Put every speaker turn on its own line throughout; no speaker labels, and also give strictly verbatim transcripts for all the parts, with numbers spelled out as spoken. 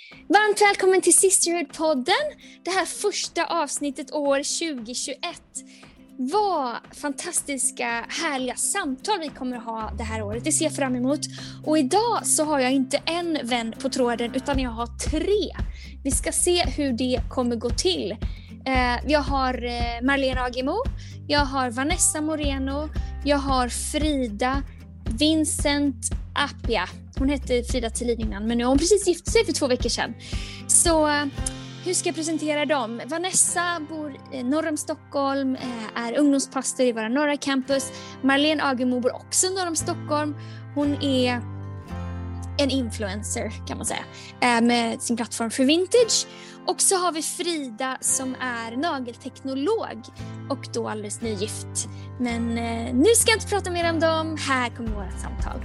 Varmt välkommen till Sisterhood-podden. Det här första avsnittet år tjugohundratjugoett. Vad fantastiska, härliga samtal vi kommer att ha det här året. Det ser jag fram emot. Och idag så har jag inte en vän på tråden utan jag har tre. Vi ska se hur det kommer gå till. Eh, jag har eh, Marlene Agemo, jag har Vanessa Moreno, jag har Frida Vincent Appia. Hon hette Frida Tillin innan, men nu har hon precis gift sig för två veckor sedan. Så hur ska jag presentera dem? Vanessa bor norr om Stockholm, är ungdomspastor i våra norra campus. Marlene Agemo bor också norr om Stockholm. Hon är en influencer kan man säga, med sin plattform för vintage. Och så har vi Frida som är nagelteknolog och då alldeles nygift. Men nu ska jag inte prata mer om dem. Här kommer vårt samtal.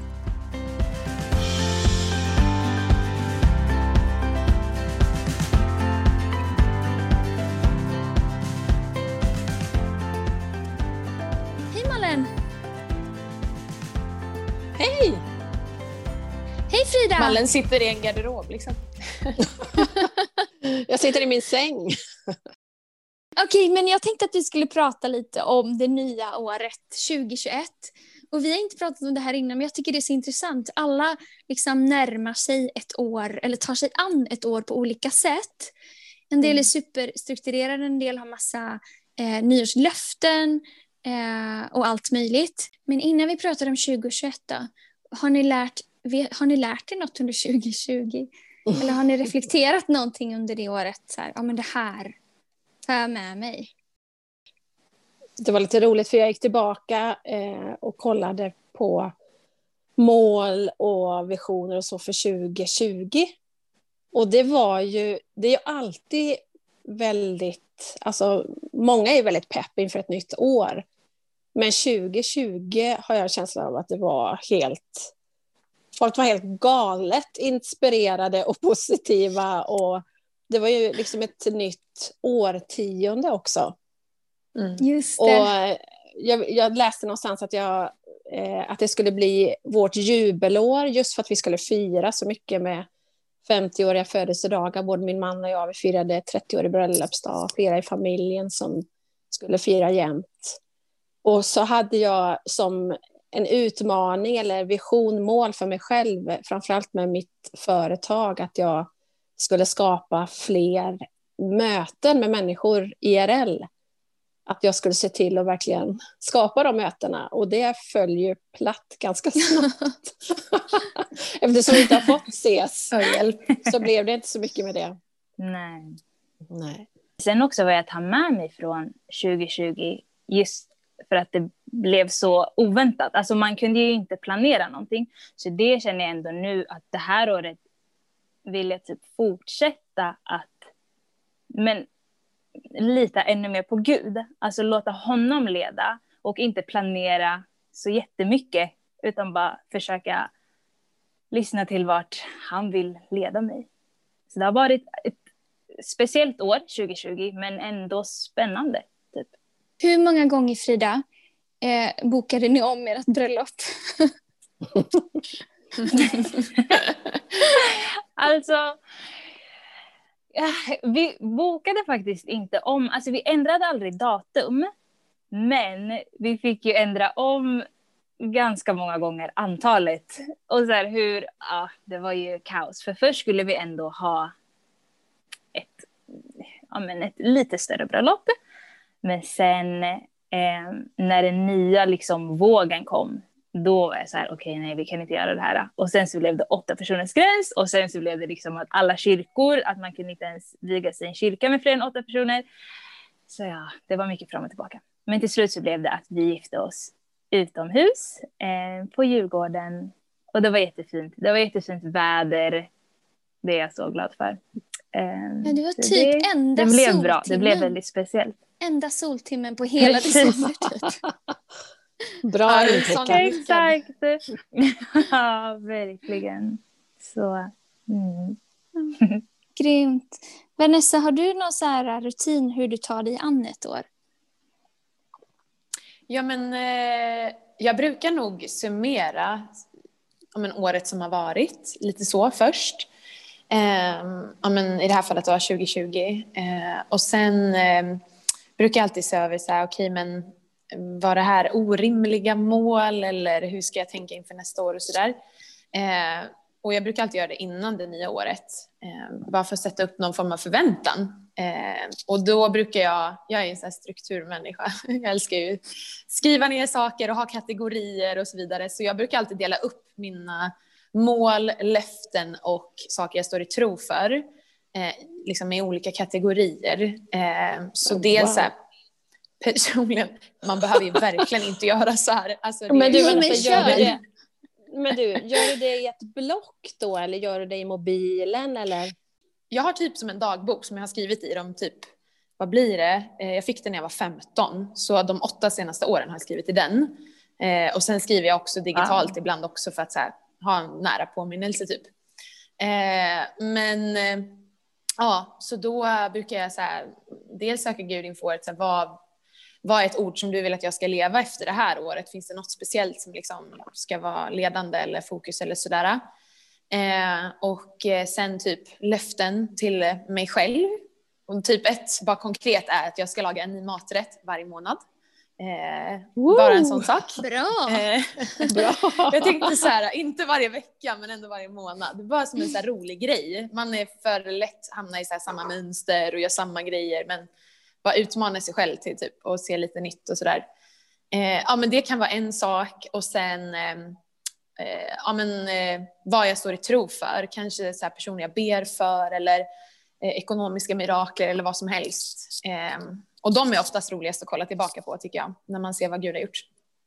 Hej Malen!
Hej!
Hej Frida!
Malen sitter i en garderob liksom. Jag sitter i min säng.
Okej, men jag tänkte att vi skulle prata lite om det nya året tjugohundratjugoett. Och vi har inte pratat om det här innan, men jag tycker det är så intressant. Alla liksom närmar sig ett år, eller tar sig an ett år på olika sätt. En del är superstrukturerade, en del har massa eh, nyårslöften eh, och allt möjligt. Men innan vi pratar om tjugohundratjugoett då, har ni lärt, har ni lärt er något under tjugohundratjugo? Eller har ni reflekterat någonting under det året? Så här, ja men det här tar jag med mig.
Det var lite roligt för jag gick tillbaka eh, och kollade på mål och visioner och så för tjugohundratjugo. Och det var ju, det är ju alltid väldigt, alltså många är väldigt pepp inför ett nytt år. Men tjugohundratjugo har jag känslan av att det var helt, folk var helt galet inspirerade och positiva och det var ju liksom ett nytt årtionde också.
Mm. Just det.
Och jag, jag läste någonstans att, jag, eh, att det skulle bli vårt jubelår just för att vi skulle fira så mycket med femtioåriga födelsedagar. Både min man och jag, vi firade trettioårig bröllopsdag, flera i familjen som skulle fira jämt. Och så hade jag som en utmaning eller visionmål för mig själv, framförallt med mitt företag, att jag skulle skapa fler möten med människor I R L. Att jag skulle se till att verkligen skapa de mötena. Och det följer platt ganska snabbt. Eftersom vi inte har fått ses så blev det inte så mycket med det.
Nej.
Nej.
Sen också vad jag tar med mig från tjugohundratjugo just för att det blev så oväntat. Alltså man kunde ju inte planera någonting. Så det känner jag ändå nu att det här året vill jag typ fortsätta att men lita ännu mer på Gud. Alltså låta honom leda och inte planera så jättemycket utan bara försöka lyssna till vart han vill leda mig. Så det har varit ett speciellt år tjugohundratjugo men ändå spännande typ.
Hur många gånger Frida eh, bokade ni om ert bröllop?
Alltså vi bokade faktiskt inte om, alltså vi ändrade aldrig datum, men vi fick ju ändra om ganska många gånger antalet. Och så här hur, ja, det var ju kaos. För först skulle vi ändå ha ett, ja, men ett lite större bröllop. Men sen eh, när den nya liksom vågen kom, då var jag så här, okej, okay, nej, vi kan inte göra det här. Och sen så blev det åtta personers gräns. Och sen så blev det liksom att alla kyrkor, att man kunde inte ens viga sig i en kyrka med fler än åtta personer. Så ja, det var mycket fram och tillbaka. Men till slut så blev det att vi gifte oss utomhus eh, på Djurgården. Och det var jättefint. Det var jättefint väder. Det är jag så glad för. Eh,
ja, det var typ
det,
enda
det blev
soltimmen.
bra. Det blev väldigt speciellt.
Enda soltimmen på hela december typ.
Bra
intäcka. Exakt. Ja, verkligen. Så. Mm.
Mm. Grymt. Vanessa, har du någon så här rutin hur du tar dig an ett år?
Ja, men eh, jag brukar nog summera om en året som har varit lite så först. Eh, ja, men i det här fallet då tjugo tjugo. Eh, och sen eh, brukar jag alltid se över så här, okej, men var det här orimliga mål eller hur ska jag tänka inför nästa år och sådär. Eh, och jag brukar alltid göra det innan det nya året. Eh, bara för att sätta upp någon form av förväntan. Eh, och då brukar jag, jag är en sån här strukturmänniska. Jag älskar ju skriva ner saker och ha kategorier och så vidare. Så jag brukar alltid dela upp mina mål, löften och saker jag står i tro för. Eh, liksom i olika kategorier. Eh, så det är så här, personligen, man behöver ju verkligen inte göra så här. Alltså, det
Men du,
Nej,
men,
men
gör
kör.
det, men du, gör du det i ett block då, eller gör du det i mobilen, eller?
Jag har typ som en dagbok som jag har skrivit i dem typ, vad blir det? Eh, jag fick den när jag var femton, så de åtta senaste åren har jag skrivit i den. Eh, och sen skriver jag också digitalt wow. ibland också för att så här, ha en nära påminnelse typ. Eh, men eh, ja, så då brukar jag så här, dels söka Gud inför året, så här, vad Vad är ett ord som du vill att jag ska leva efter det här året? Finns det något speciellt som liksom ska vara ledande eller fokus eller sådär? Eh, och sen typ löften till mig själv. Och typ ett, bara konkret, är att jag ska laga en ny maträtt varje månad. Eh, bara en sån sak.
Bra!
Eh,
Bra.
Jag tänkte så här, inte varje vecka men ändå varje månad. Bara som en så här rolig grej. Man är för lätt hamna i så här samma mönster och gör samma grejer, men bara utmana sig själv till typ och se lite nytt och sådär. Eh, ja, men det kan vara en sak. Och sen eh, eh, ja, men, eh, vad jag står i tro för. Kanske så här personer jag ber för, eller eh, ekonomiska mirakler eller vad som helst. Eh, och de är oftast roligast att kolla tillbaka på, tycker jag, när man ser vad Gud har gjort.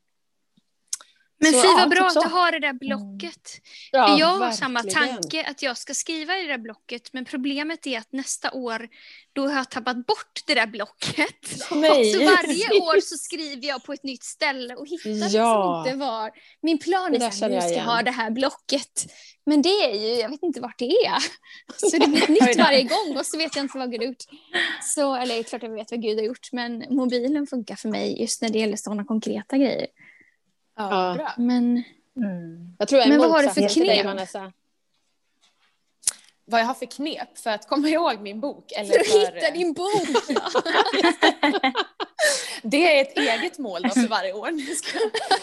Men
Så,
fy vad
ja,
bra
typ
att
så.
du har det där blocket.
Ja,
För jag har
verkligen.
samma tanke att jag ska skriva i det där blocket. Men problemet är att nästa år då har jag tappat bort det där blocket.
Nej.
Så varje år så skriver jag på ett nytt ställe och hittar
Ja.
liksom inte var. Min plan
Det
är
där
att
känner
jag
jag
ska
igen.
ha det här blocket. Men det är ju, jag vet inte vart det är. Så det blir nytt varje gång och så vet jag inte vad Gud har gjort. Så, eller klart jag vet vad Gud har gjort. Men mobilen funkar för mig just när det gäller sådana konkreta grejer.
Ja,
Ja.
bra.
Men
Mm.
Jag tror jag är
Men vad har du för
motsatsen till dig,
knep?
Vanessa.
Vad jag har för knep för att komma ihåg min bok. Eller
för att
för,
hitta din bok. Ja.
Det är ett eget mål då för varje år. Nu ska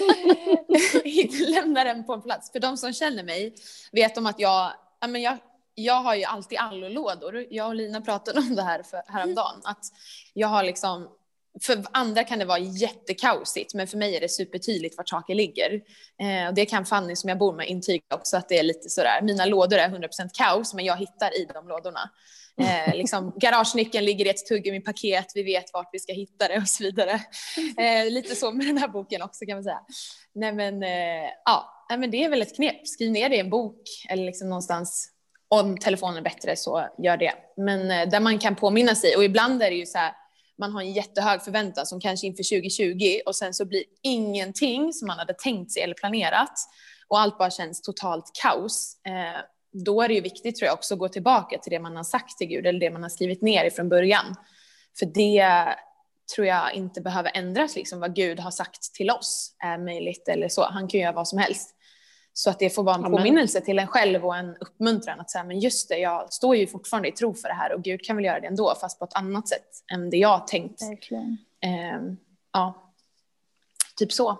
jag lämna den på en plats. För de som känner mig vet om att jag, ja, men jag, jag har ju alltid allolådor. Jag och Lina pratade om det här för, häromdagen. Att jag har liksom, för andra kan det vara jättekaosigt, men för mig är det supertydligt vart saker ligger. Eh, och det kan Fanny som jag bor med intyga också, att det är lite sådär. Mina lådor är hundra procent kaos, men jag hittar i de lådorna. Eh, liksom, garagenyckeln ligger i ett tuggummi-paket, vi vet vart vi ska hitta det och så vidare. Eh, lite så med den här boken också, kan man säga. Nej men, eh, ja, men det är väl ett knep. Skriv ner det i en bok eller liksom någonstans. Om telefonen är bättre så gör det. Men eh, där man kan påminna sig, och ibland är det ju så här, man har en jättehög förväntan som kanske inför tjugo tjugo, och sen så blir ingenting som man hade tänkt sig eller planerat och allt bara känns totalt kaos. Eh, då är det ju viktigt, tror jag, också att gå tillbaka till det man har sagt till Gud eller det man har skrivit ner ifrån början. För det tror jag inte behöver ändras, liksom vad Gud har sagt till oss är möjligt eller så. Han kan ju göra vad som helst. Så att det får vara en
Amen.
påminnelse till en själv och en uppmuntran att säga, men just det, jag står ju fortfarande i tro för det här och Gud kan väl göra det ändå, fast på ett annat sätt än det jag har tänkt.
Verkligen.
Eh, ja, typ så.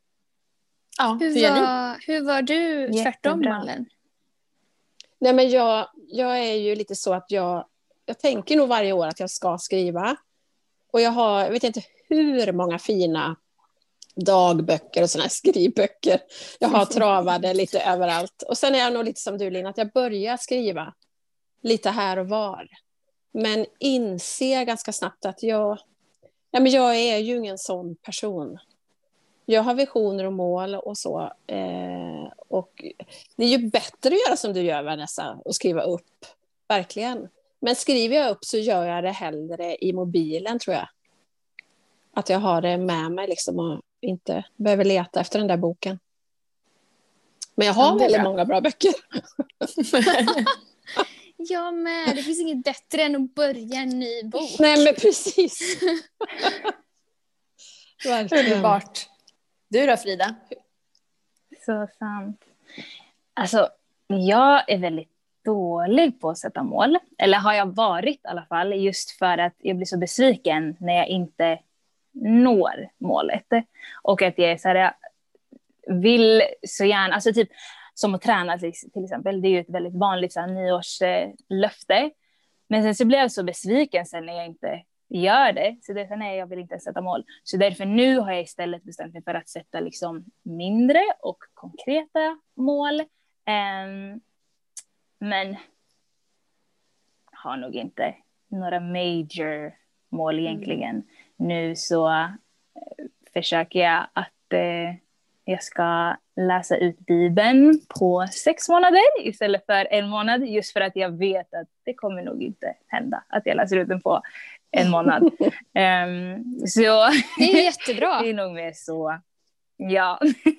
Ja,
Hur,
hur gör ni?
var, hur var du tvärtom,
Jättebra.
Malin?
Nej, men jag, jag är ju lite så att jag, jag tänker nog varje år att jag ska skriva. Och jag har, jag vet inte hur många fina dagböcker och såna här skrivböcker. Jag har travade lite överallt. Och sen är jag nog lite som du, Lina, att jag börjar skriva lite här och var. Men inser ganska snabbt att jag, ja, men jag är ju ingen sån person. Jag har visioner och mål och så. Eh, och det är ju bättre att göra som du gör, Vanessa, och skriva upp. Verkligen. Men skriver jag upp så gör jag det hellre i mobilen, tror jag. Att jag har det med mig liksom och inte behöver leta efter den där boken. Men jag har
Ja, det är
väldigt
bra.
många bra böcker.
Jag med. Det finns inget bättre än att börja en ny bok.
Nej, men precis. Verkligen.
Underbart. Du då, Frida?
Så sant. Alltså, jag är väldigt dålig på att sätta mål. Eller har jag varit i alla fall. Just för att jag blir så besviken när jag inte når målet. Och att jag är så här, jag vill så gärna, alltså typ som att träna till, till exempel. Det är ju ett väldigt vanligt så här, nyårslöfte. Men sen så blir jag så besviken sen när jag inte gör det. Så det är så, nej, jag vill inte sätta mål. Så därför nu har jag istället bestämt mig för att sätta liksom mindre och konkreta mål. Um, men har nog inte några major mål egentligen. Mm. Nu så uh, försöker jag att uh, jag ska läsa ut Bibeln på sex månader istället för en månad. Just för att jag vet att det kommer nog inte hända att jag läser ut den på en månad. um, så
det är jättebra.
Det är nog mer så. Ja.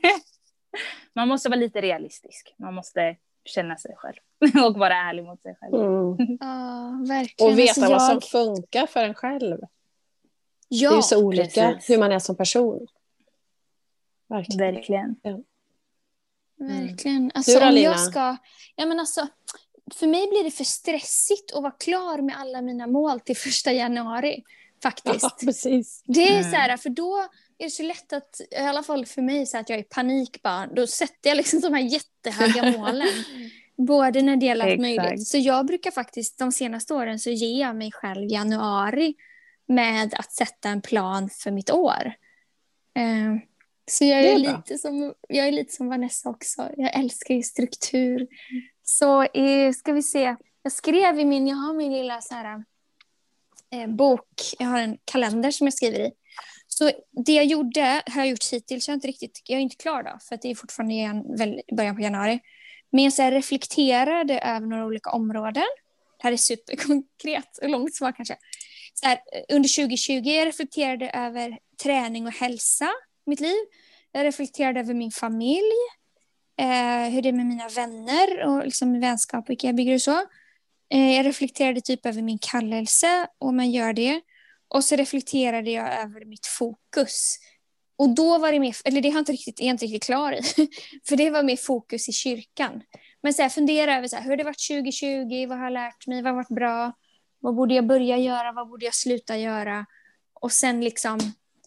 Man måste vara lite realistisk. Man måste känna sig själv. Och vara ärlig mot sig själv.
Mm.
Ja, verkligen.
Och veta
alltså, jag...
vad som funkar för en själv.
Ja,
det är ju så olika
precis.
hur man är som person.
Verkligen. Verkligen.
Ja.
Verkligen. Alltså,
du,
om jag ska... Ja, men alltså, för mig blir det för stressigt att vara klar med alla mina mål till första januari. Faktiskt.
Ja, precis.
Det är
Mm.
så här, för då är det så lätt att, i alla fall för mig, så att jag är panikbarn. Då sätter jag liksom de här jättehöga målen. Både när det gäller allt möjligt. Så jag brukar faktiskt, de senaste åren så ger jag mig själv januari med att sätta en plan för mitt år. Uh, så jag är, är lite som, jag är lite som Vanessa också. Jag älskar ju struktur. Så eh, ska vi se. Jag skrev i min, jag har min lilla så här, eh, bok. Jag har en kalender som jag skriver i. Så det jag gjorde, har jag gjort hittills. Jag är inte riktigt, jag är inte klar då. För att det är fortfarande i väl, början på januari. Men jag så här, reflekterade över några olika områden. Det här är superkonkret och långt svar kanske. Så här, under tjugo tjugo jag reflekterade över träning och hälsa i mitt liv. Jag reflekterade över min familj. Eh, hur det är med mina vänner och liksom vänskap, vilka jag bygger och så. Eh, jag reflekterade typ över min kallelse, om man gör det. Och så reflekterade jag över mitt fokus. Och då var det mer, eller det har jag inte riktigt, jag är inte riktigt klar i. För det var mer fokus i kyrkan. Men så här, fundera över så här, hur har det varit tjugo tjugo, vad har jag lärt mig, vad har varit bra? Vad borde jag börja göra, vad borde jag sluta göra? Och sen liksom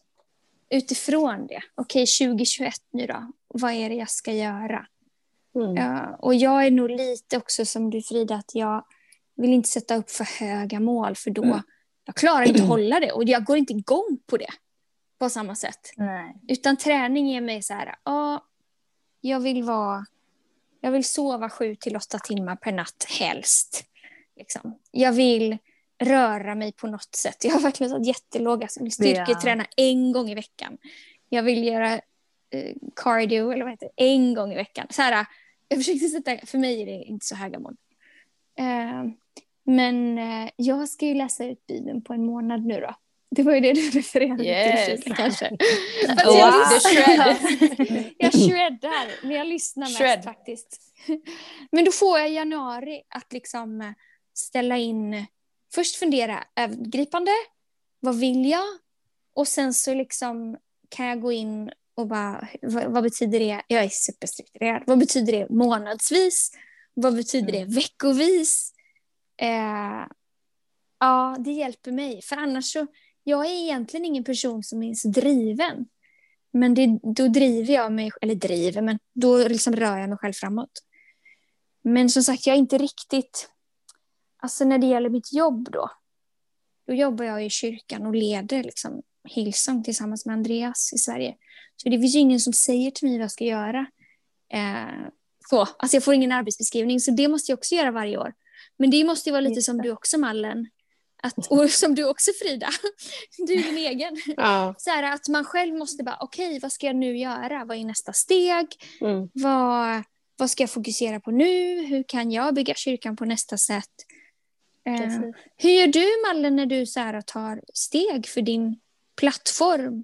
utifrån det, okej, tjugo tjugoett nu då, vad är det jag ska göra? Mm. Ja, och jag är nog lite också som du, Frida, att jag vill inte sätta upp för höga mål, för då mm. jag klarar inte att hålla det och jag går inte igång på det på samma sätt.
Nej.
Utan träning ger mig så här, ja, jag vill vara, jag vill sova sju till åtta timmar per natt helst. Liksom. Jag vill röra mig på något sätt. Jag har verkligen så jättelåga styrketräna ja. en gång i veckan. Jag vill göra eh, cardio eller vad heter det, en gång i veckan. Så här, jag försökte sätta, för mig är det inte så höga mål. Eh, men eh, jag ska ju läsa ut Bibeln på en månad nu då. Det var ju det du refererade
yes.
till kanske.
Oh,
jag,
shred.
jag shreddar, men jag lyssnar mest Shred. faktiskt. Men då får jag i januari att liksom ställa in, först fundera övergripande, vad vill jag? Och sen så liksom kan jag gå in och bara, vad, vad betyder det? Jag är superstrukturerad. Vad betyder det månadsvis? Vad betyder det veckovis? Eh, ja, det hjälper mig. För annars så, jag är egentligen ingen person som är så driven. Men det, då driver jag mig, eller driver, men då liksom rör jag mig själv framåt. Men som sagt, jag är inte riktigt, alltså när det gäller mitt jobb då, då jobbar jag i kyrkan och leder liksom Hillsong tillsammans med Andreas i Sverige. Så det finns ju ingen som säger till mig vad jag ska göra. Eh, så. Alltså jag får ingen arbetsbeskrivning, så det måste jag också göra varje år. Men det måste ju vara lite som du också, Mallen. Att, och som du också, Frida. Du är din egen. Ja. Så här, att man själv måste bara, okej, okay, vad ska jag nu göra? Vad är nästa steg? Mm. Vad, vad ska jag fokusera på nu? Hur kan jag bygga kyrkan på nästa sätt? Eh, hur gör du, Mallen, när du så här, tar steg för din plattform?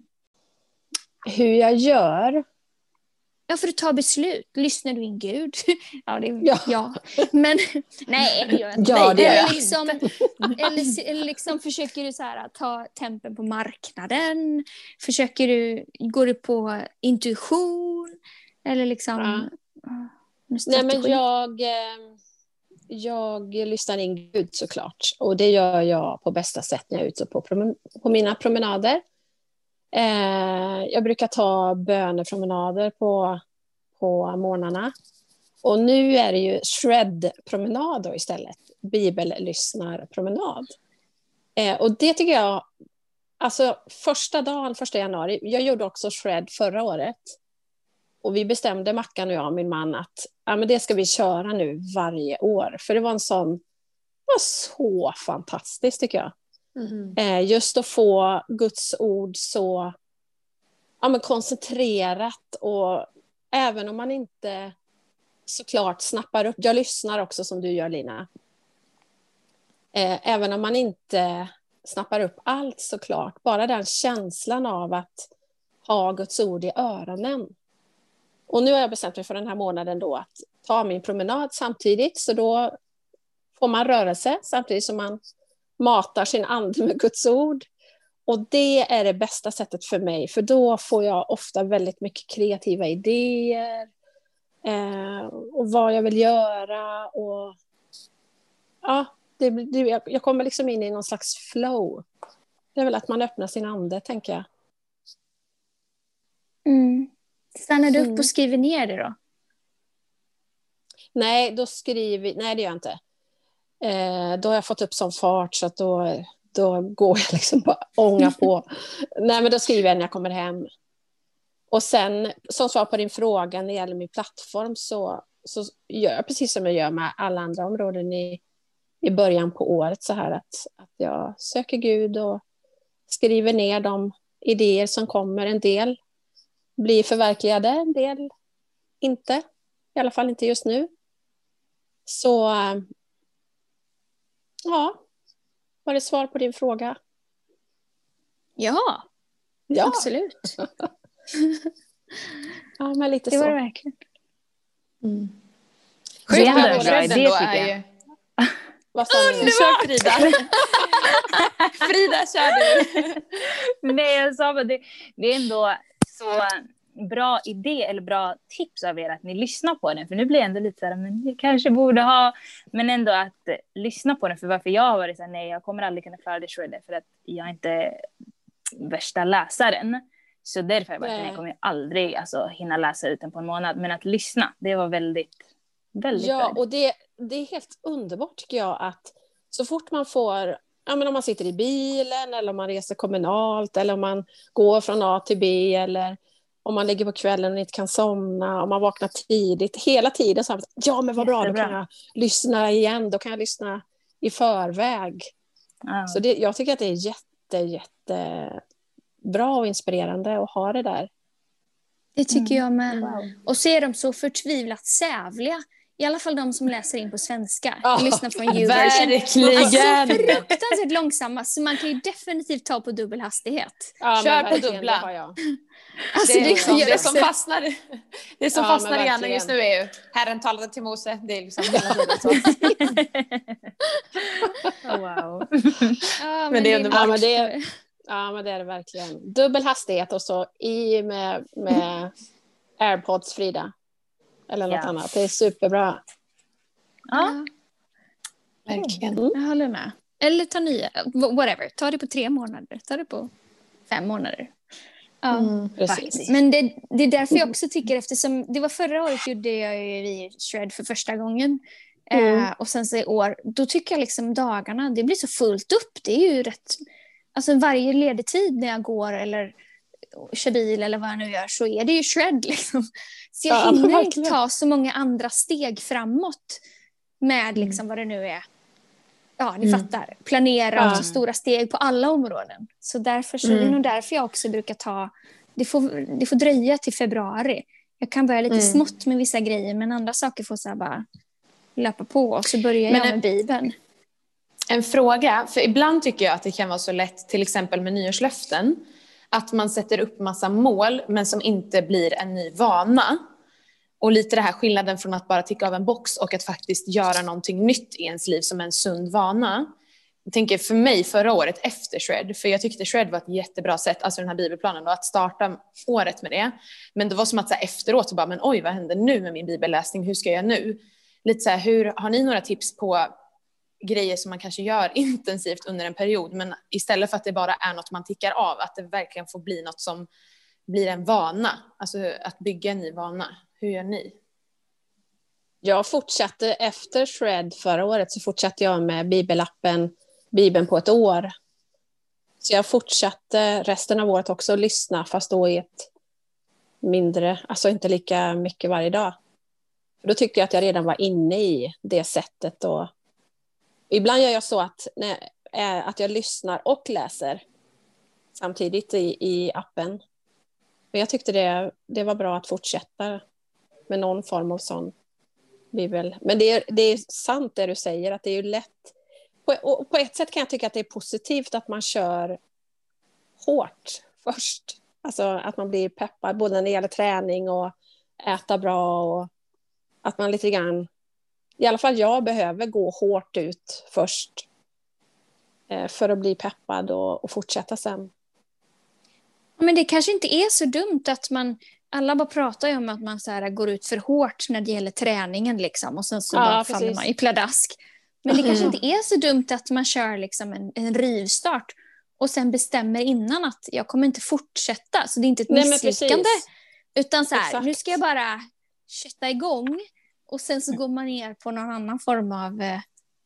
Hur jag gör?
Ja, för att ta beslut. Lyssnar du in Gud? Ja, det är, ja. ja. Men nej, det gör jag inte.
Ja, det
eller, liksom, eller, eller liksom försöker du så här, ta tempen på marknaden? Försöker du, går du på intuition? Eller liksom...
Ja. Nej, men jag... jag lyssnar in Gud såklart. Och det gör jag på bästa sätt när jag är ute på, promen- på mina promenader. Eh, jag brukar ta bönepromenader på, på morgnarna. Och nu är det ju shred-promenad då istället. Bibellyssnarpromenad. Eh, och det tycker jag, alltså första dagen, första januari, jag gjorde också shred förra året. Och vi bestämde, Mackan och jag och min man, att ja, men det ska vi köra nu varje år. För det var en sån, det var så fantastiskt tycker jag.
Mm.
Eh, just att få Guds ord så ja, men koncentrerat. Och även om man inte såklart snappar upp, jag lyssnar också som du gör Lina. Eh, även om man inte snappar upp allt såklart. Bara den känslan av att ha Guds ord i öronen. Och nu har jag bestämt mig för den här månaden då att ta min promenad samtidigt. Så då får man rörelse samtidigt som man matar sin ande med Guds ord. Och det är det bästa sättet för mig. För då får jag ofta väldigt mycket kreativa idéer. Eh, och vad jag vill göra. Och ja, det, det, jag kommer liksom in i någon slags flow. Det är väl att man öppnar sin ande, tänker jag.
Mm. Stannar du upp
Mm.
och skriver ner det då?
Nej, då skriver nej det gör jag inte. Eh, då har jag fått upp sån fart så att då, då går jag liksom bara ånga på. Nej, men då skriver jag när jag kommer hem. Och sen, som svar på din fråga när det gäller min plattform, så, så gör jag precis som jag gör med alla andra områden i, i början på året, så här att, att jag söker Gud och skriver ner de idéer som kommer. En del blir förverkligade, en del inte. I alla fall inte just nu. Så ja, var det svar på din fråga?
Ja,
Ja,
absolut.
ja men lite
Det var
så.
det verkligen.
Mm.
Det är ändå en
här
bra
året
idé,
ändå
tycker
är
jag.
ju-
Vad sa ni nu?
Kör Frida. Frida, kör du.
Nej, jag sa bara det, det är ändå så bra idé eller bra tips av er att ni lyssnar på den. För nu blir jag ändå lite så här, men jag kanske borde ha, men ändå att eh, lyssna på den. För varför jag har varit så här, nej jag kommer aldrig kunna klara det själv för att jag är inte värsta läsaren. Så därför har jag varit,
Nej.
nej, jag kommer aldrig alltså, hinna läsa ut den på en månad. Men att lyssna, det var väldigt, väldigt
Ja,
bra.
och det, det är helt underbart tycker jag att så fort man får, ja, men om man sitter i bilen eller om man reser kommunalt eller om man går från A till B eller om man ligger på kvällen och inte kan somna, om man vaknar tidigt, hela tiden så här, ja men vad bra, då
Jättebra.
kan jag lyssna igen, då kan jag lyssna i förväg.
Ja.
Så det, jag tycker att det är jätte, jätte bra och inspirerande att ha det där.
Det tycker jag med.
Wow.
Och så är de så förtvivlat sävliga. I alla fall de som läser in på svenska.
Ja,
Jag lyssnar från YouVersion. Alltså
Verkligen.
fruktansvärt långsamma. Så man kan ju definitivt ta på dubbel hastighet.
Ja,
Kör
men
på
verkligen,
dubbla.
det har jag.
Alltså,
Det, är liksom,
gör
det som
också-
fastnar, det som
Ja,
fastnar
men
i hjärnan
verkligen.
just nu är ju Herren talade till Mose. Det är liksom hela tiden så.
Oh, wow.
Ja,
Men det är underbart.
Ja, men det är- Ja, men det är det verkligen. Dubbel hastighet och så i med, med AirPods, Frida. Eller något
Ja.
annat. Det är superbra.
Ja.
Verkligen.
Jag håller med. Eller ta nya, whatever. Ta det på tre månader. Ta det på fem månader. Ja.
Mm.
Precis.
Faktiskt.
Men det, det är därför jag också tycker, eftersom det var förra året gjorde jag ju vi shred för första gången.
Mm.
Eh, och sen så i år, då tycker jag liksom dagarna, det blir så fullt upp. Det är ju rätt, alltså varje ledig tid när jag går eller kör bil eller vad jag nu gör så är det ju shred liksom. Så jag
Ja, men
hinner inte
verkligen.
ta så många andra steg framåt med liksom vad det nu är. Ja, ni
Mm.
fattar. Planera
Ja.
och ta stora steg på alla områden. Så därför så är det
Mm.
nog därför jag också brukar ta, det får, det får dröja till februari. Jag kan börja lite
Mm.
smått med vissa grejer men andra saker får så här bara löpa på och så börjar
Men
jag
en-
med Bibeln.
En fråga, för ibland tycker jag att det kan vara så lätt, till exempel med nyårslöften, att man sätter upp massa mål men som inte blir en ny vana. Och lite det här skillnaden från att bara ticka av en box och att faktiskt göra någonting nytt i ens liv som en sund vana. Jag tänker för mig förra året efter shred, för jag tyckte shred var ett jättebra sätt, alltså den här bibelplanen, och att starta året med det. Men det var som att så här, efteråt så bara, men oj vad händer nu med min bibelläsning, hur ska jag göra nu? lite så här, hur, har ni några tips på grejer som man kanske gör intensivt under en period, men istället för att det bara är något man tickar av, att det verkligen får bli något som blir en vana, alltså att bygga en ny vana. Hur gör ni?
Jag fortsatte efter Shred förra året, så fortsatte jag med bibelappen Bibeln på ett år. Så jag fortsatte resten av året också att lyssna, fast då i ett mindre, alltså inte lika mycket varje dag. För då tyckte jag att jag redan var inne i det sättet. Och ibland gör jag så att, när, att jag lyssnar och läser samtidigt i, i appen. Men jag tyckte det, det var bra att fortsätta med någon form av sån bibel. Men det är, det är sant det du säger, att det är ju lätt. På, och på ett sätt kan jag tycka att det är positivt att man kör hårt först. Alltså att man blir peppad både när det gäller träning och äta bra. Och att man lite grann, i alla fall jag behöver gå hårt ut först. Eh, för att bli peppad och, och fortsätta sen.
Men det kanske inte är så dumt att man, alla bara pratar ju om att man så här går ut för hårt när det gäller träningen liksom, och sen så
Ja,
bara
precis.
faller man i pladask. Men det kanske inte är så dumt att man kör liksom en, en rivstart och sen bestämmer innan att jag kommer inte fortsätta, så det är inte ett
Nej, men
misslyckande,
precis.
utan så här,
Exakt.
nu ska jag bara kötta igång och sen så går man ner på någon annan form av eh,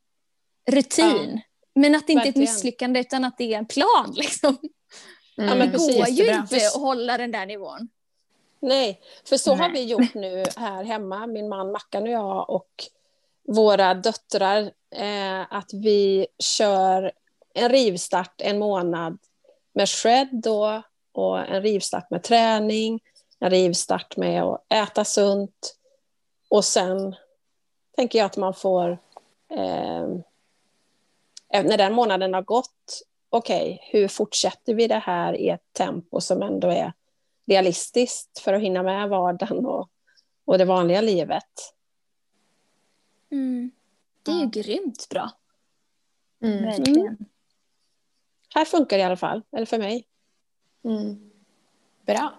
rutin.
Ja,
men att det inte är ett
verkligen.
misslyckande, utan att det är en plan liksom.
Ja, men
Det
precis,
går ju
det är bra.
inte att hålla den där nivån.
Nej, för så
Nej.
har vi gjort nu här hemma, min man Mackan och jag och våra döttrar, eh, att vi kör en rivstart en månad med shred då, och en rivstart med träning, en rivstart med att äta sunt, och sen tänker jag att man får eh, när den månaden har gått, okej, okay, hur fortsätter vi det här i ett tempo som ändå är realistiskt för att hinna med vardagen och, och det vanliga livet.
Mm. Det är ju
Ja.
grymt bra.
Mm.
Verkligen.
Mm. Här funkar det i alla fall, eller för mig.
Mm. Bra.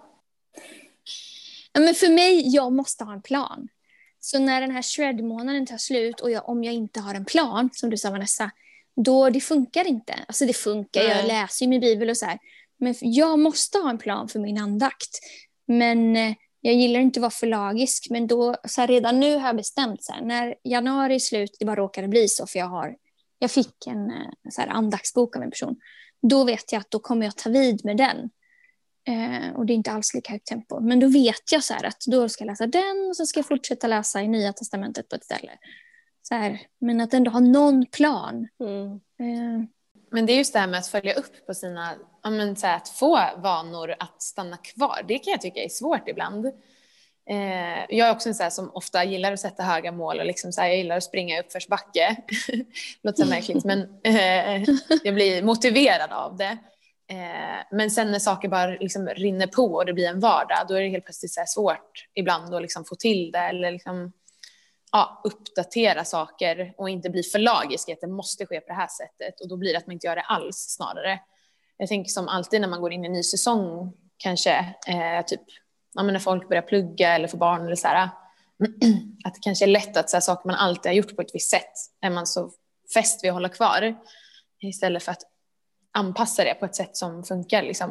Ja, men för mig, jag måste ha en plan. Så när den här shred-månaden tar slut och jag, om jag inte har en plan, som du sa Vanessa, då det funkar inte. Alltså det funkar, jag
Nej.
läser ju min bibel och så här. Men jag måste ha en plan för min andakt. Men eh, jag gillar inte att vara för lagisk. Men då, så här, redan nu har jag bestämt så här, när januari är slut, det bara råkade bli så, för jag har, jag fick en eh, så här, andaktsbok av en person. Då vet jag att då kommer jag ta vid med den. Eh, och det är inte alls lika högt tempo. Men då vet jag så här, att då ska jag läsa den och så ska jag fortsätta läsa i Nya testamentet på ett ställe. Så här, men att ändå ha någon plan.
Mm.
Eh,
Men det är just det här med att följa upp på sina, ja, men så här, att få vanor att stanna kvar. Det kan jag tycka är svårt ibland. Eh, jag är också en sån här som ofta gillar att sätta höga mål och liksom så här, jag gillar att springa upp försbacke. Låter så märkligt, men eh, jag blir motiverad av det. Eh, men sen när saker bara liksom rinner på och det blir en vardag, då är det helt plötsligt så här svårt ibland att liksom få till det eller liksom, ja, uppdatera saker och inte bli för lagisk att det måste ske på det här sättet, och då blir det att man inte gör det alls snarare. Jag tänker som alltid när man går in i en ny säsong kanske, eh, typ ja, men när folk börjar plugga eller får barn eller så här, att det kanske är lätt att så här, saker man alltid har gjort på ett visst sätt är man så fäst vid att hålla kvar istället för att anpassa det på ett sätt som funkar liksom.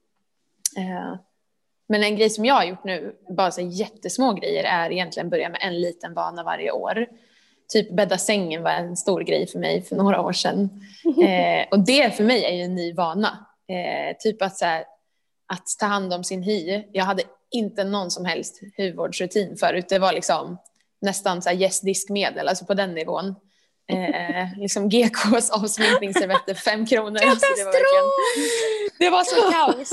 Eh, men en grej som jag har gjort nu, bara så jättesmå grejer, är egentligen börja med en liten vana varje år. Typ bädda sängen var en stor grej för mig för några år sedan. Eh, och det för mig är ju en ny vana. Eh, typ att, så här, att ta hand om sin hy. Jag hade inte någon som helst hudvårdsrutin förut. Det var liksom nästan så här gästdiskmedel, alltså på den nivån. Eh, liksom G K:s avsminkningsservetter, fem kronor. Alltså det var verkligen, det var så kaos.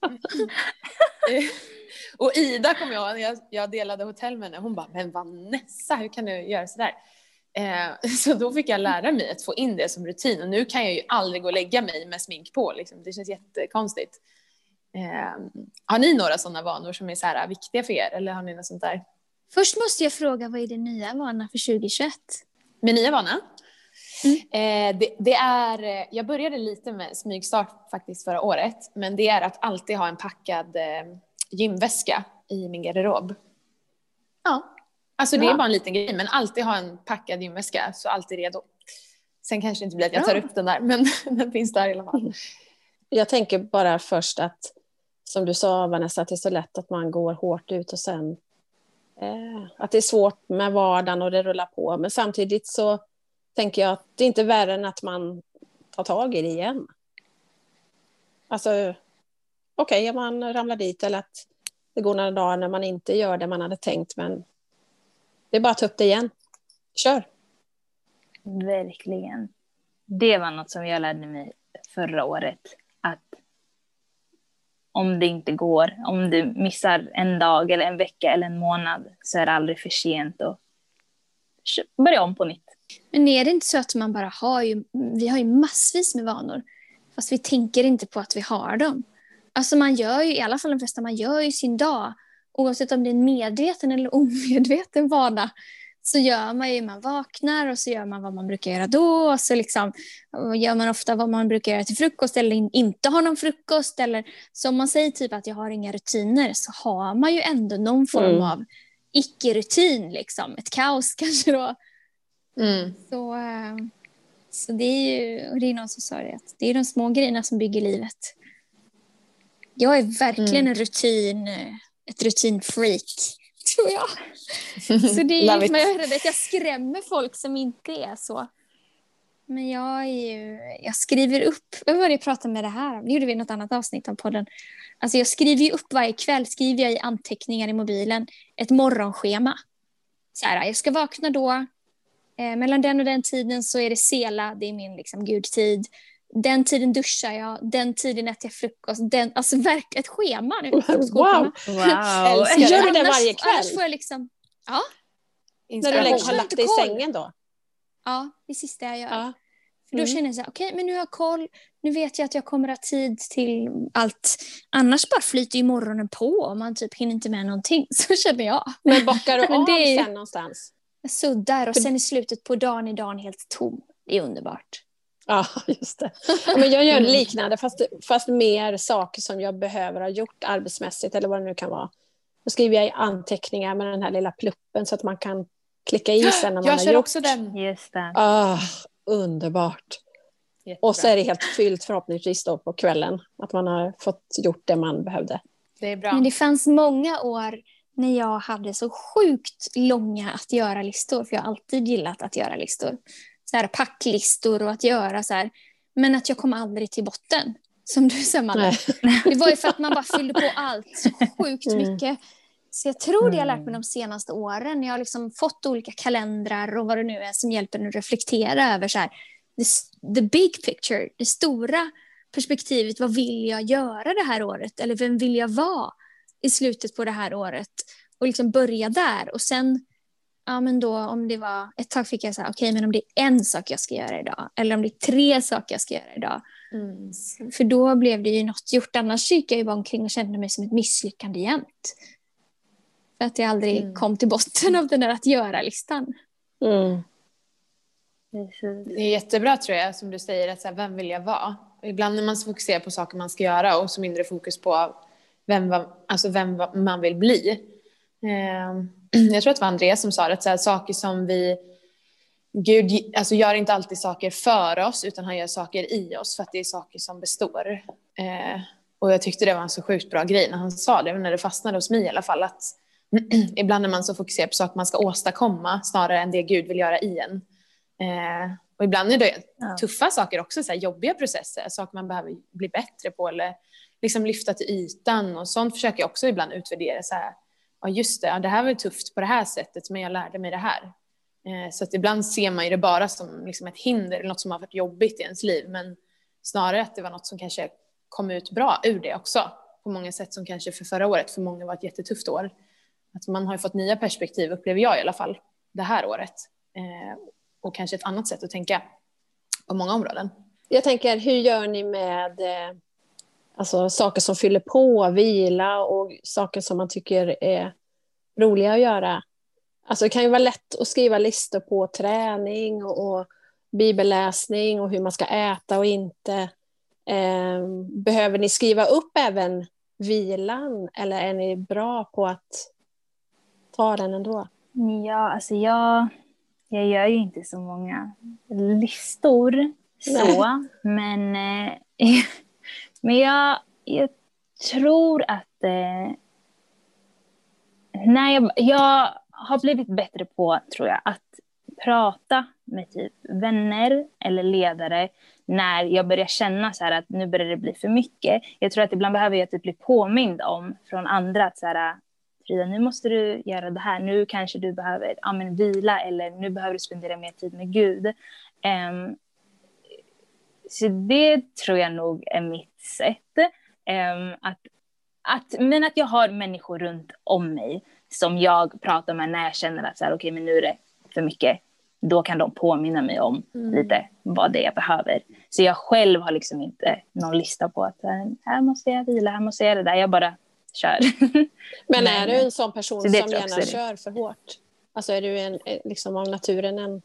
eh, och Ida kom jag, jag, jag delade hotell med henne. Hon bara, men Vanessa, hur kan du göra sådär? Eh, så då fick jag lära mig att få in det som rutin. Och nu kan jag ju aldrig gå och lägga mig med smink på. Liksom. Det känns jättekonstigt. Eh, har ni några sådana vanor som är så här viktiga för er? Eller har ni något sånt där?
Först måste jag fråga, vad är det nya vana för tjugo tjugoett?
Min nya vana?
Mm.
Eh, det, det är, jag började lite med smygstart faktiskt förra året. Men det är att alltid ha en packad eh, gymväska i min garderob. Ja, Alltså det
Ja.
är bara en liten grej, men alltid ha en packad gymväska, så alltid redo. Sen kanske det inte blir att jag tar upp den där, men den finns där i alla fall.
Jag tänker bara först att, som du sa Vanessa, att det är så lätt att man går hårt ut och sen eh, att det är svårt med vardagen och det rullar på. Men samtidigt så tänker jag att det är inte värre än att man tar tag i det igen. Alltså, okej, okay, man ramlar dit eller att det går några dagar när man inte gör det man hade tänkt, men det är bara att ta upp det igen. Kör!
Verkligen. Det var något som jag lärde mig förra året. Att om det inte går, om du missar en dag eller en vecka eller en månad, så är det aldrig för sent att börja om på nytt.
Men är det inte så att man bara har ju, vi har ju massvis med vanor, fast vi tänker inte på att vi har dem. Alltså man gör ju, i alla fall de flesta, man gör ju sin dag, oavsett om det är en medveten eller omedveten vana, så gör man ju, man vaknar och så gör man vad man brukar göra då, och så liksom gör man ofta vad man brukar göra till frukost eller in, inte har någon frukost, eller som man säger typ att jag har inga rutiner, så har man ju ändå någon form
Mm.
av icke-rutin liksom, ett kaos kanske då.
Mm.
Så, eh, så det är ju, och det är någon som sa det, att det är de små grejerna som bygger livet. Jag är verkligen
Mm.
en rutin, ett rutinfreak, tror jag. Så det är
Love
liksom,
it.
jag är rädd att jag skrämmer folk som inte är så. Men jag är ju, jag skriver upp, vad var det jag pratade med det här om? Det gjorde vi i något annat avsnitt av podden. Alltså jag skriver ju upp varje kväll, skriver jag i anteckningar i mobilen, ett morgonschema. Så här, jag ska vakna då, eh, mellan den och den tiden så är det sela, det är min liksom gudtid. Den tiden duschar jag, den tiden äter jag frukost, den, alltså verkligen ett schema nu.
Wow!
Wow.
Gör du det
Annars-
varje kväll?
Annars får jag liksom, ja,
När du
Jag
lägger,
har
har lagt
inte
dig i
koll.
sängen då?
ja, det sista jag gör.
Ja.
För då
Mm.
känner jag så här, okej, men nu har jag koll. Nu vet jag att jag kommer ha tid till allt. Annars bara flyter ju morgonen på och man typ hinner inte med någonting. Så känner jag.
Men bockar du
Men
av
det är-
sen någonstans?
Jag suddar och
För-
sen i slutet på dagen är dagen helt tom. Det är underbart.
Ja, just det. Ja, men jag gör liknande, fast, fast mer saker som jag behöver ha gjort arbetsmässigt eller vad det nu kan vara. Då skriver jag i anteckningar med den här lilla pluppen så att man kan klicka i sen när man
Jag
har
kör
gjort.
också den.
Just det.
Ah, underbart.
Jättebra.
Och så är det helt fyllt förhoppningsvis då på kvällen. Att man har fått gjort det man behövde.
Det är bra.
Men det fanns många år när jag hade så sjukt långa att göra listor. För jag har alltid gillat att göra listor. Så här packlistor och att göra så här. Men att jag kom aldrig till botten. Som du sa, Madde.
Nej.
Det var ju för att man bara fyllde på allt så sjukt
Mm.
mycket. Så jag tror det jag har lärt mig
Mm.
de senaste åren. Jag har liksom fått olika kalendrar och vad det nu är som hjälper en att reflektera över så här, the, the big picture, det stora perspektivet. Vad vill jag göra det här året? Eller vem vill jag vara i slutet på det här året? Och liksom börja där. Och sen, ja men då om det var, ett tag fick jag säga, okej, men om det är en sak jag ska göra idag. Eller om det är tre saker jag ska göra idag.
Mm.
För då blev det ju något gjort. Annars gick jag ju bara omkring och kände mig som ett misslyckande jämt. För att jag aldrig
Mm.
kom till botten av den där att göra-listan.
Mm.
Precis.
Det är jättebra tror jag, som du säger, att så här, vem vill jag vara? Ibland när man fokuserar på saker man ska göra och så mindre fokus på vem, va- alltså vem va- man vill bli. Eh, jag tror att det var Andreas som sa det, att så här, saker som vi... Gud alltså, gör inte alltid saker för oss, utan han gör saker i oss för att det är saker som består. Eh, och jag tyckte det var en så sjukt bra grej när han sa det, när det fastnade hos mig i alla fall, att ibland är man så fokuserad på saker man ska åstadkomma snarare än det Gud vill göra i en. Eh, och ibland är det
Ja.
tuffa saker också, så här, jobbiga processer, saker man behöver bli bättre på eller liksom lyfta till ytan, och sånt försöker jag också ibland utvärdera så här, ja just det, ja, det här var tufft på det här sättet, men jag lärde mig det här. Eh, så att ibland ser man ju det bara som liksom ett hinder eller något som har varit jobbigt i ens liv, men snarare att det var något som kanske kom ut bra ur det också, på många sätt, som kanske för förra året för många var ett jättetufft år. Att man har ju fått nya perspektiv, upplever jag i alla fall, det här året. Eh, och kanske ett annat sätt att tänka på många områden.
Jag tänker, hur gör ni med eh, alltså, saker som fyller på, vila och saker som man tycker är roliga att göra? Alltså, det kan ju vara lätt att skriva listor på träning och, och bibelläsning och hur man ska äta och inte. Eh, behöver ni skriva upp även vilan, eller är ni bra på att ta den ändå?
Ja, alltså jag, jag gör ju inte så många listor så, men, eh, men jag, jag tror att eh, när jag, jag har blivit bättre på, tror jag, att prata med typ vänner eller ledare när jag börjar känna så här att nu börjar det bli för mycket. Jag tror att ibland behöver jag typ bli påmind om från andra att så här, Frida, nu måste du göra det här. Nu kanske du behöver ja, men, vila eller nu behöver du spendera mer tid med Gud. Um, så det tror jag nog är mitt sätt. Um, att, att, men att jag har människor runt om mig som jag pratar med när jag känner att så här, okay, men nu är det för mycket. Då kan de påminna mig om mm. lite vad det är jag behöver. Så jag själv har liksom inte någon lista på att här måste jag vila, här måste jag göra det där. Jag bara kör.
Men, Men är du en sån person
så
som gärna kör för hårt? Alltså är du en, liksom av naturen en,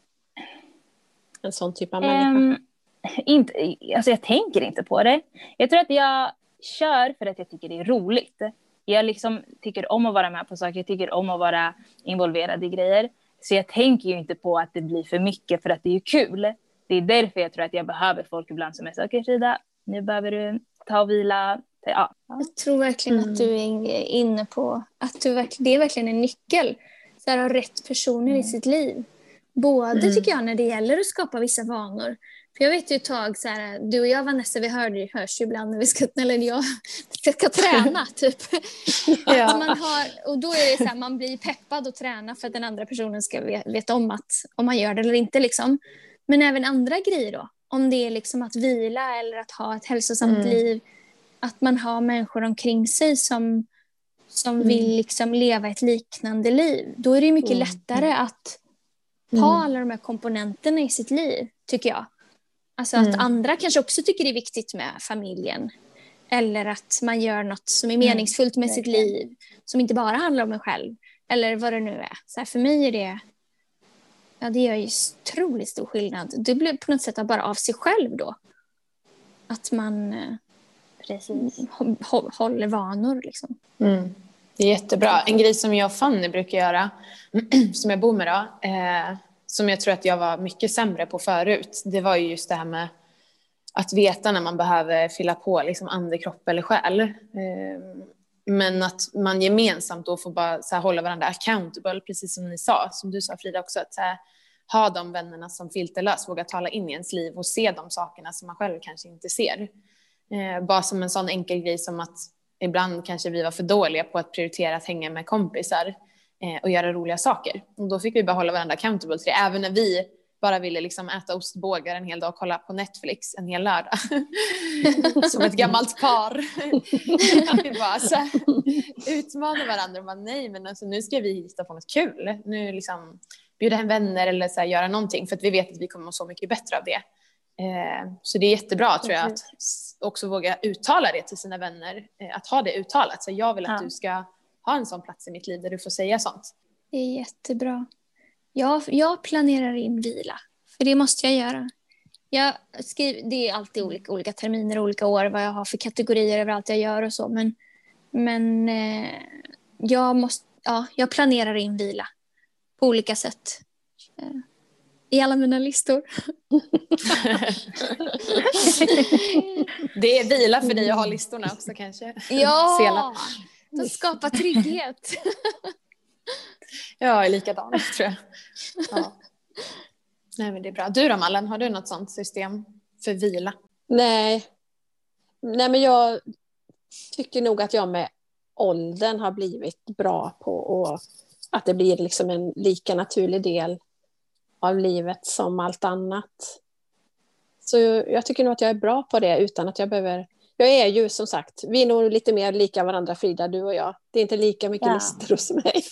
en sån typ av människa?
Um, inte, alltså jag tänker inte på det. Jag tror att jag kör för att jag tycker det är roligt. Jag liksom tycker om att vara med på saker. Jag tycker om att vara involverad i grejer. Så jag tänker ju inte på att det blir för mycket för att det är ju kul. Det är därför jag tror att jag behöver folk ibland som är så, okej okay, Frida, nu behöver du ta och vila. Ja.
Jag tror verkligen mm. att du är inne på att du verkligen, det är verkligen en nyckel. Så här, ha rätt personer mm. i sitt liv. Både mm. tycker jag när det gäller att skapa vissa vanor. För jag vet ju ett tag, så här, du och jag Vanessa, vi hörde, hörs ju ibland när vi ska, eller jag ska, ska träna typ. Ja. Man har, och då är det så här, man blir peppad att träna för att den andra personen ska veta om att om man gör det eller inte liksom. Men även andra grejer då. Om det är liksom att vila eller att ha ett hälsosamt mm. liv. Att man har människor omkring sig som, som mm. vill liksom leva ett liknande liv. Då är det mycket mm. lättare att
Mm.
ha alla de här komponenterna i sitt liv, tycker jag. Alltså att
Mm.
andra kanske också tycker det är viktigt med familjen. Eller att man gör något som är meningsfullt med
mm.
sitt liv. Som inte bara handlar om en själv. Eller vad det nu är. Så här, för mig är det... Ja, det gör ju otroligt stor skillnad. Det blir på något sätt bara av sig själv då. Att man precis hå- håller vanor liksom.
Mm. Det är jättebra. En grej som jag och Fanny brukar göra, som jag bor med då, eh, som jag tror att jag var mycket sämre på förut, det var ju just det här med att veta när man behöver fylla på liksom ande, kropp eller själ. Eh, men att man gemensamt då får bara så här, hålla varandra accountable, precis som ni sa, som du sa Frida också, att så här, ha de vännerna som filterlös, våga tala in i ens liv och se de sakerna som man själv kanske inte ser. Eh, bara som en sån enkel grej som att ibland kanske vi var för dåliga på att prioritera att hänga med kompisar eh, och göra roliga saker. Och då fick vi bara hålla varandra accountable till det. Även när vi bara ville liksom äta ostbågar en hel dag och kolla på Netflix en hel lördag. Som ett gammalt par. Vi bara så här, utmanar varandra och bara nej, men alltså, nu ska vi hitta på något kul. Nu liksom bjuda hem vänner eller så här, göra någonting. För att vi vet att vi kommer må så mycket bättre av det. Eh, så det är jättebra tror jag att också våga uttala det till sina vänner, eh, att ha det uttalat, så jag vill att ja. du ska ha en sån plats i mitt liv där du får säga sånt.
Det är jättebra. Jag, jag planerar in vila, för det måste jag göra. Jag skriver, det är alltid olika, olika terminer, olika år, vad jag har för kategorier över allt jag gör och så, men, men eh, jag, måste, ja, jag planerar in vila på olika sätt. Eh. I alla mina listor.
Det är vila för dig att ha listorna också kanske.
Ja, de skapar trygghet.
Ja, likadant tror jag. Ja. Nej, men det är bra. Du då Mallen, har du något sånt system för vila?
Nej. Nej, men jag tycker nog att jag med åldern har blivit bra på och att det blir liksom en lika naturlig del av livet som allt annat. Så jag tycker nog att jag är bra på det utan att jag behöver... Jag är ju som sagt, vi är nog lite mer lika varandra Frida, du och jag. Det är inte lika mycket ja. listor hos mig.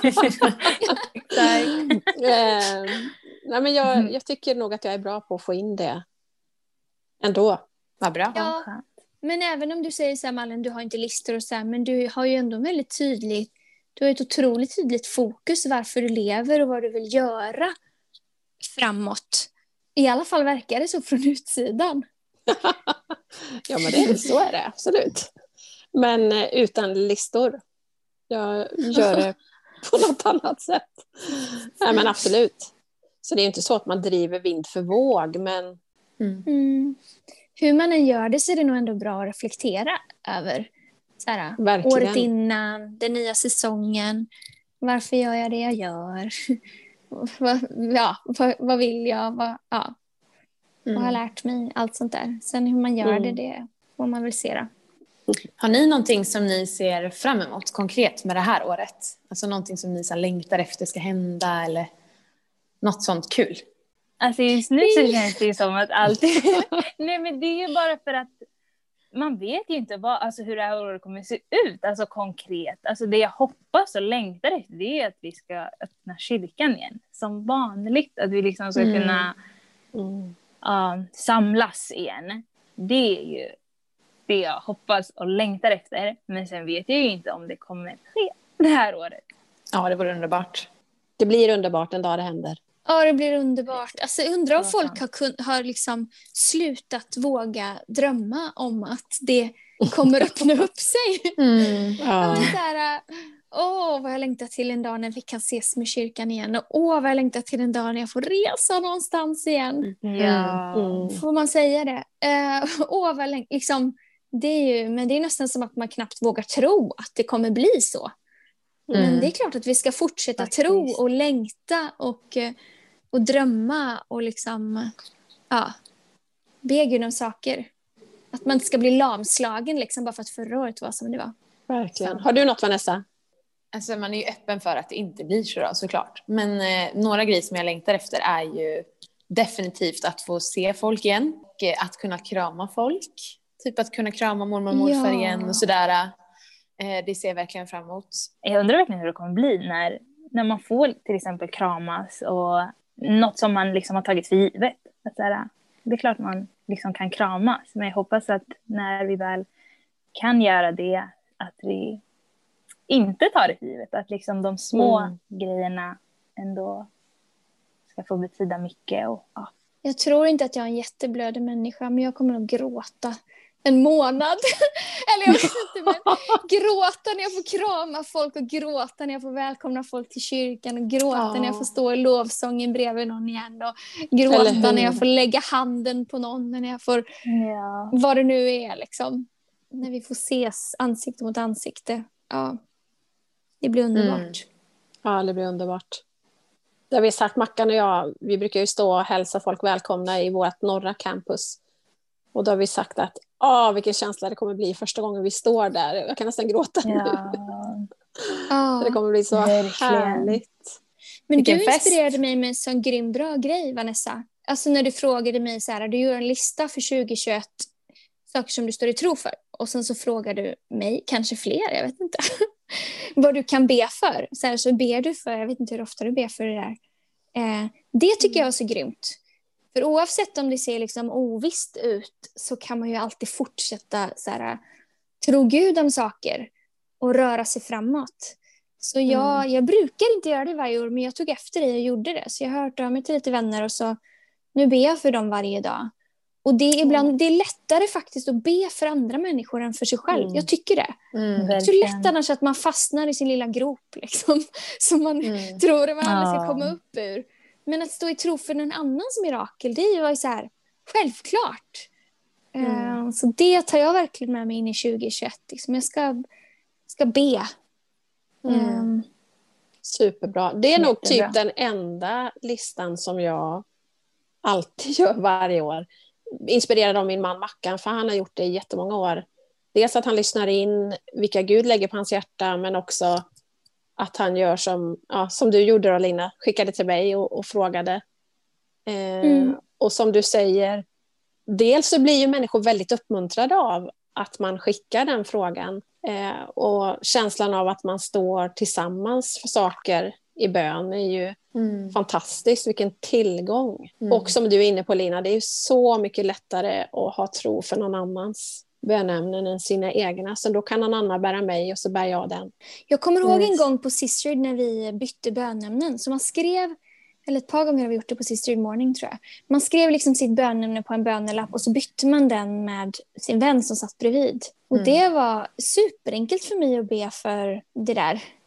eh, nej, men jag, jag tycker nog att jag är bra på att få in det ändå.
Vad bra.
Ja, men även om du säger så här Malin, du har inte listor och så här, men du har ju ändå väldigt tydligt, du har ett otroligt tydligt fokus varför du lever och vad du vill göra framåt. I alla fall verkar det så från utsidan.
Ja, men det, så är det, absolut. Men utan listor. Jag gör det på något annat sätt. Nej, men absolut. Så det är inte så att man driver vind för våg, men...
Mm.
Mm. Hur man än gör det så är det nog ändå bra att reflektera över så här,
Verkligen.
året innan, den nya säsongen. Varför gör jag det jag gör? vad, ja, vad, vad vill jag? Vad, ja.
Mm.
Vad har jag lärt mig? Allt sånt där. Sen hur man gör
Mm.
det, det får man väl se.
Har ni någonting som ni ser fram emot konkret med det här året? Alltså någonting som ni så här längtar efter ska hända eller något sånt kul?
Alltså just nu så känns det ju som att allt... Nej, men det är ju bara för att man vet ju inte vad, alltså hur det här året kommer se ut, alltså konkret. Alltså det jag hoppas och längtar efter, det är att vi ska öppna kyrkan igen. Som vanligt, att vi liksom ska
Mm.
kunna
Mm.
uh, samlas igen. Det är ju det jag hoppas och längtar efter. Men sen vet jag ju inte om det kommer ske det här året.
Ja, det vore underbart.
Det blir underbart en dag det händer.
Ja, det blir underbart. Alltså, jag undrar om
Ja,
folk
sant.
har, kun- har liksom slutat våga drömma om att det kommer öppna upp sig.
Mm.
Ja.
Ja.
Men så här, äh, åh, vad jag längtar till en dag när vi kan ses med kyrkan igen. Och åh, vad jag längtar till en dag när jag får resa någonstans igen.
Ja.
Mm.
Får man säga det? Uh, åh, vad jag längtar. Liksom, det är ju, men det är nästan som att man knappt vågar tro att det kommer bli så.
Mm.
Men det är klart att vi ska fortsätta
Faktiskt.
tro och längta och, eh, och drömma och liksom, ja, be Gud om saker. Att man inte ska bli lamslagen liksom, bara för att förra året var som det var.
Verkligen. Har du något, Vanessa?
Alltså man är ju öppen för att det inte blir så då, såklart. Men eh, några grejer som jag längtar efter är ju definitivt att få se folk igen. Och eh, att kunna krama folk. Typ att kunna krama mormor och morfar
Ja.
igen och sådär. Eh, det ser jag verkligen fram emot.
Jag undrar verkligen hur det kommer bli när, när man får till exempel kramas och något som man liksom har tagit för givet. Att så här, det är klart man liksom kan kramas, men jag hoppas att när vi väl kan göra det, att vi inte tar det för givet. Att liksom de små
Mm.
grejerna ändå ska få betyda mycket. Och, ja.
Jag tror inte att jag är en jätteblödig människa, men jag kommer nog gråta en månad. Eller jag vet inte, men gråta när jag får krama folk och gråta när jag får välkomna folk till kyrkan och gråta
Ja.
när jag får stå i lovsången bredvid någon igen och
Eller
gråta
hur?
när jag får lägga handen på någon, när jag får,
Ja.
vad det nu är liksom. När vi får ses ansikte mot ansikte. Ja. Det blir underbart.
Mm.
Ja, det blir underbart. Det har vi sagt, Mackan och jag, vi brukar ju stå och hälsa folk välkomna i vårt norra campus. Och då har vi sagt att, åh, vilken känsla det kommer bli första gången vi står där. Jag kan nästan gråta nu.
Ja.
Ja.
Det kommer bli så
Verkligen.
härligt.
Men
Vilken
du
fest.
inspirerade mig med en sån grym bra grej, Vanessa. Alltså när du frågade mig så här, du gör en lista för tjugo tjugoett saker som du står i tro för. Och sen så frågar du mig, kanske fler, jag vet inte. vad du kan be för. Så här, så ber du för, jag vet inte hur ofta du ber för det där. Eh, det tycker jag är så grymt. För oavsett om det ser liksom ovisst ut så kan man ju alltid fortsätta så här, tro Gud om saker och röra sig framåt. Så jag, jag brukar inte göra det varje år, men jag tog efter det och gjorde det. Så jag har hört av mig till lite vänner och så nu ber jag för dem varje dag. Och det är, ibland, det är lättare faktiskt att be för andra människor än för sig själv.
Mm.
Jag tycker det.
Mm.
Det är så lätt annars att man fastnar i sin lilla grop liksom, som man
Mm.
tror att man aldrig ska
Ja.
komma upp ur. Men att stå i tro för någon annans mirakel, det är ju så här självklart.
Mm.
Eh, så det tar jag verkligen med mig in i tjugo tjugoett. Liksom. Jag ska, ska be.
Mm.
Eh,
Superbra. Det är nog
Jättebra.
typ den enda listan som jag alltid gör varje år. Inspirerad av min man Mackan, för han har gjort det i jättemånga år. Dels att han lyssnar in vilka Gud lägger på hans hjärta, men också att han gör som, ja, som du gjorde då, Lina, skickade till mig och, och frågade. Eh,
Mm.
Och som du säger, dels så blir ju människor väldigt uppmuntrade av att man skickar den frågan. Eh, och känslan av att man står tillsammans för saker i bön är ju
Mm.
fantastiskt, vilken tillgång.
Mm.
Och som du är inne på, Lina, det är ju så mycket lättare att ha tro för någon annans bönämnen än sina egna. Så då kan någon annan bära mig och så bär jag den.
Jag kommer ihåg en
Yes.
gång på Sisterhood när vi bytte bönämnen. Så man skrev, eller ett par gånger har vi gjort det på Sisterhood Morning tror jag. Man skrev liksom sitt bönämne på en bönelapp och så bytte man den med sin vän som satt bredvid. Och
Mm.
det var superenkelt för mig att be för det där.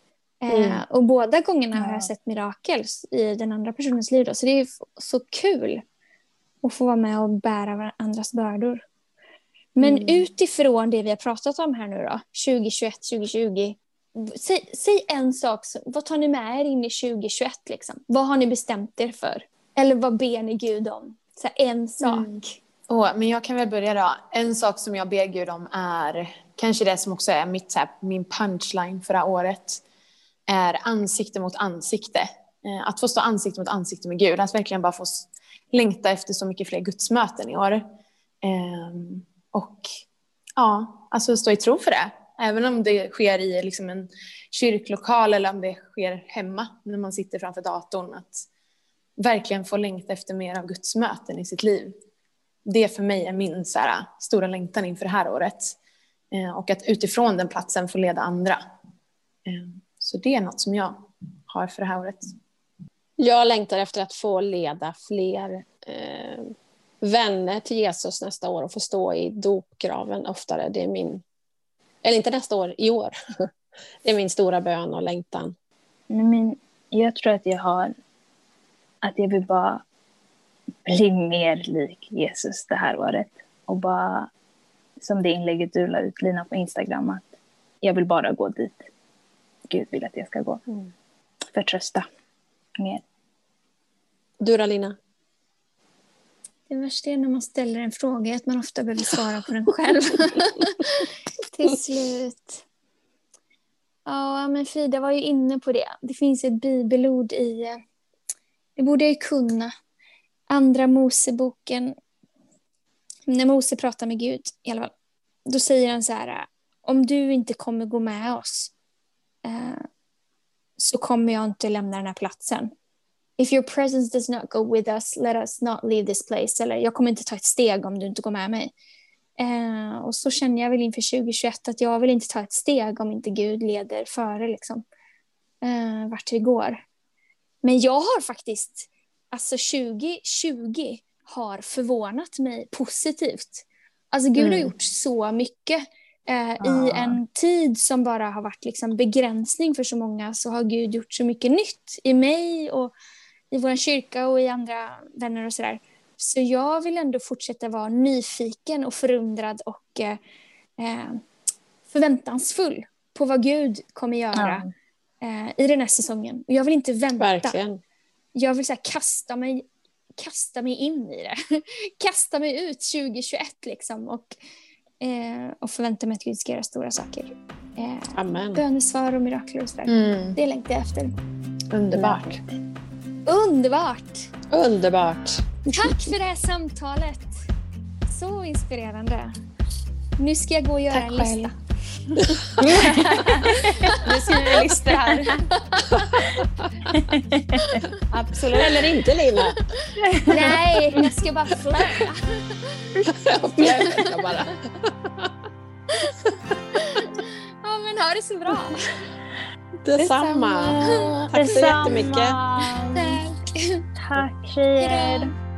Eh,
Mm.
och båda gångerna har
Ja.
jag sett mirakel i den andra personens liv. Då. Så det är f- så kul att få vara med och bära varandras bördor. Men
Mm.
utifrån det vi har pratat om här nu då, tjugohundratjugoett tjugohundratjugo. Säg, säg en sak, som- vad tar ni med er in i tjugohundratjugoett? Liksom? Vad har ni bestämt er för? Eller vad ber ni Gud om? Så här, en sak.
Mm. Åh, men jag kan väl börja då. En sak som jag ber Gud om är kanske det som också är mitt, så här, min punchline för det här året. Är ansikte mot ansikte. Eh, Att få stå ansikte mot ansikte med Gud. Att verkligen bara få s- längta efter så mycket fler gudsmöten i år. Ehm, och ja, alltså stå i tro för det. Även om det sker i liksom en kyrklokal eller om det sker hemma när man sitter framför datorn. Att verkligen få längta efter mer av gudsmöten i sitt liv. Det för mig är min så här, stora längtan inför det här året. Eh, och att utifrån den platsen få leda andra. Eh, så det är något som jag har för det här året.
Jag längtar efter att få leda fler eh, vänner till Jesus nästa år och få stå i dopgraven oftare. Det är min, eller inte nästa år, i år. Det är min stora bön och längtan.
Nej, men jag tror att jag har att jag vill bara bli mer lik Jesus det här året. Och bara, som det inlägget du la ut, Lina, på Instagram, att jag vill bara gå dit Gud vill att jag ska gå.
Mm.
Förtrösta mer.
Du då, Lina?
Det värsta är när man ställer en fråga att man ofta behöver svara på den själv. Till slut. Ja, men Frida var ju inne på det. Det finns ett bibelord i... Det borde jag ju kunna. Andra Moseboken. När Mose pratar med Gud i alla fall. Då säger han så här: om du inte kommer gå med oss eh, så kommer jag inte lämna den här platsen. If your presence does not go with us, let us not leave this place. Eller jag kommer inte ta ett steg om du inte går med mig. Eh, och så känner jag väl inför tjugohundratjugoett att jag vill inte ta ett steg om inte Gud leder före liksom. Eh, vart vi går. Men jag har faktiskt, alltså tjugohundratjugo har förvånat mig positivt. Alltså Gud
Mm.
har gjort så mycket. Eh, I
Ja.
en tid som bara har varit liksom begränsning för så många, så har Gud gjort så mycket nytt i mig och i vår kyrka och i andra vänner och sådär. Så jag vill ändå fortsätta vara nyfiken och förundrad och eh, eh, förväntansfull på vad Gud kommer göra eh, i den här säsongen. Och jag vill inte vänta.
Verkligen.
Jag vill så här, kasta mig kasta mig in i det. Kasta mig ut tjugohundratjugoett liksom och, eh, och förvänta mig att Gud ska göra stora saker. Eh,
Amen.
bönesvar och mirakler och sådär.
Mm.
Det längtar jag efter.
Underbart.
Underbart!
Underbart.
Tack för det här samtalet. Så inspirerande. Nu ska jag gå och göra
Tack
en lista.
själv. Nu skriver jag listor här. Absolut.
Eller inte, Lina.
Nej, jag ska bara flöda.
Jag bara.
Ja, men ha det så bra.
Detsamma. Tack så jättemycket.
Tack.
Tack tjejer.
Hejdå.